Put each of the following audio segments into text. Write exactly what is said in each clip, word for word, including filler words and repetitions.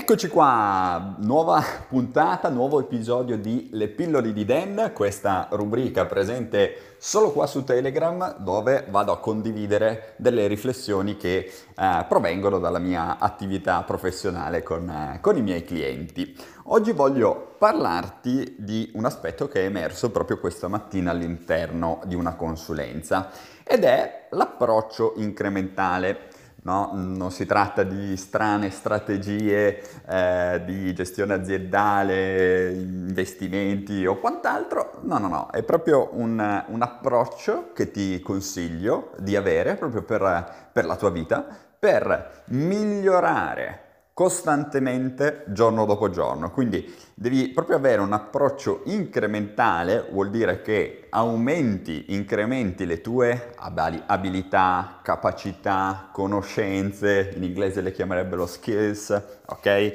Eccoci qua, nuova puntata, nuovo episodio di Le pillole di Dan, questa rubrica presente solo qua su Telegram dove vado a condividere delle riflessioni che eh, provengono dalla mia attività professionale con, eh, con i miei clienti. Oggi voglio parlarti di un aspetto che è emerso proprio questa mattina all'interno di una consulenza ed è l'approccio incrementale. No, non si tratta di strane strategie eh, di gestione aziendale, investimenti o quant'altro, no, no, no, è proprio un, un approccio che ti consiglio di avere proprio per, per la tua vita, per migliorare costantemente giorno dopo giorno. Quindi devi proprio avere un approccio incrementale, vuol dire che aumenti, incrementi le tue abilità, capacità, conoscenze, in inglese le chiamerebbero skills, ok?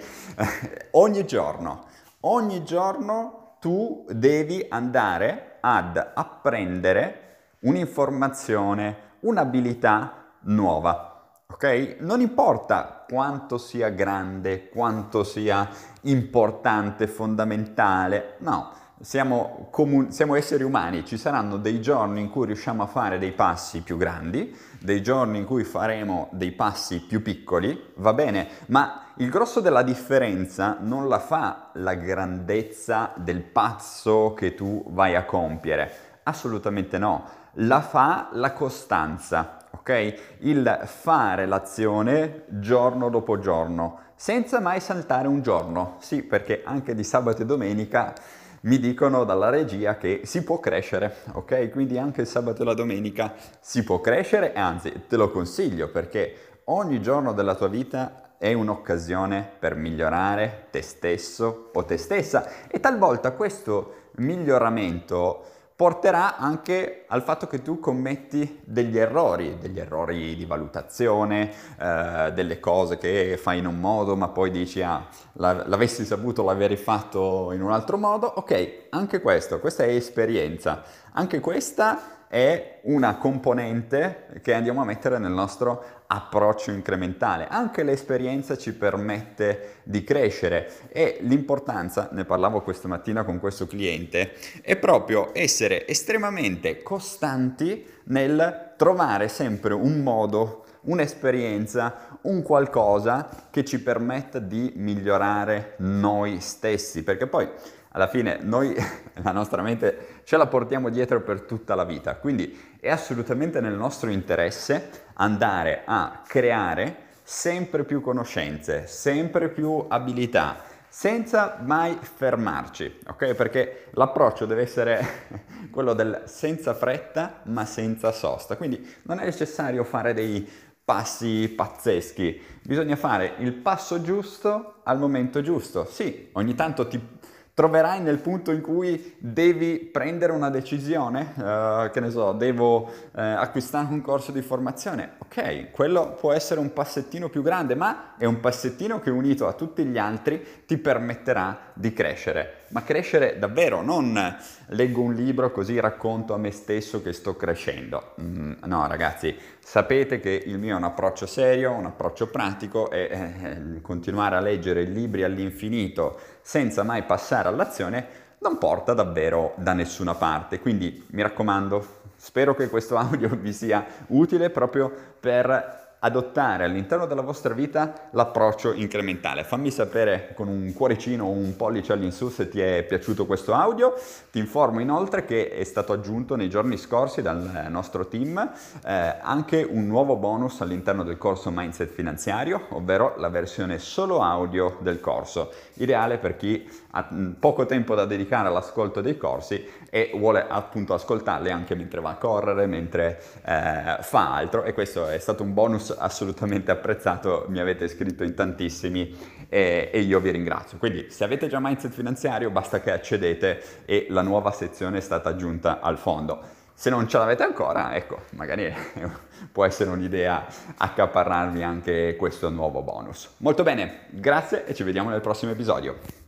Ogni giorno, ogni giorno tu devi andare ad apprendere un'informazione, un'abilità nuova. Ok? Non importa quanto sia grande, quanto sia importante, fondamentale, no, siamo, comun- siamo esseri umani, ci saranno dei giorni in cui riusciamo a fare dei passi più grandi, dei giorni in cui faremo dei passi più piccoli, va bene, ma il grosso della differenza non la fa la grandezza del passo che tu vai a compiere, assolutamente no, la fa la costanza. Ok? Il fare l'azione giorno dopo giorno, senza mai saltare un giorno. Sì, perché anche di sabato e domenica mi dicono dalla regia che si può crescere, ok? Quindi anche il sabato e la domenica si può crescere, e anzi te lo consiglio perché ogni giorno della tua vita è un'occasione per migliorare te stesso o te stessa e talvolta questo miglioramento porterà anche al fatto che tu commetti degli errori, degli errori di valutazione, eh, delle cose che fai in un modo ma poi dici ah, l'avessi saputo l'avrei fatto in un altro modo. Ok, anche questo, questa è esperienza, anche questa è una componente che andiamo a mettere nel nostro approccio incrementale. Anche l'esperienza ci permette di crescere e l'importanza, ne parlavo questa mattina con questo cliente, è proprio essere estremamente costanti nel trovare sempre un modo, un'esperienza, un qualcosa che ci permetta di migliorare noi stessi, perché poi alla fine noi la nostra mente ce la portiamo dietro per tutta la vita, quindi è assolutamente nel nostro interesse andare a creare sempre più conoscenze, sempre più abilità, senza mai fermarci, ok? Perché l'approccio deve essere quello del senza fretta ma senza sosta, quindi non è necessario fare dei passi pazzeschi, bisogna fare il passo giusto al momento giusto. Sì, ogni tanto ti troverai nel punto in cui devi prendere una decisione, uh, che ne so, devo uh, acquistare un corso di formazione. Ok, quello può essere un passettino più grande, ma è un passettino che unito a tutti gli altri ti permetterà di crescere. Ma crescere davvero, non leggo un libro così racconto a me stesso che sto crescendo. Mm, no ragazzi, sapete che il mio è un approccio serio, un approccio pratico e eh, continuare a leggere libri all'infinito senza mai passare all'azione non porta davvero da nessuna parte. Quindi mi raccomando, spero che questo audio vi sia utile proprio per adottare all'interno della vostra vita l'approccio incrementale. Fammi sapere con un cuoricino o un pollice all'insù se ti è piaciuto questo audio. Ti informo inoltre che è stato aggiunto nei giorni scorsi dal nostro team eh, anche un nuovo bonus all'interno del corso Mindset Finanziario, ovvero la versione solo audio del corso, ideale per chi ha poco tempo da dedicare all'ascolto dei corsi e vuole appunto ascoltarli anche mentre va a correre, mentre eh, fa altro, e questo è stato un bonus assolutamente apprezzato, mi avete scritto in tantissimi e, e io vi ringrazio. Quindi se avete già Mindset Finanziario basta che accedete e la nuova sezione è stata aggiunta al fondo. Se non ce l'avete ancora, ecco, magari può essere un'idea accaparrarvi anche questo nuovo bonus. Molto bene, grazie e ci vediamo nel prossimo episodio.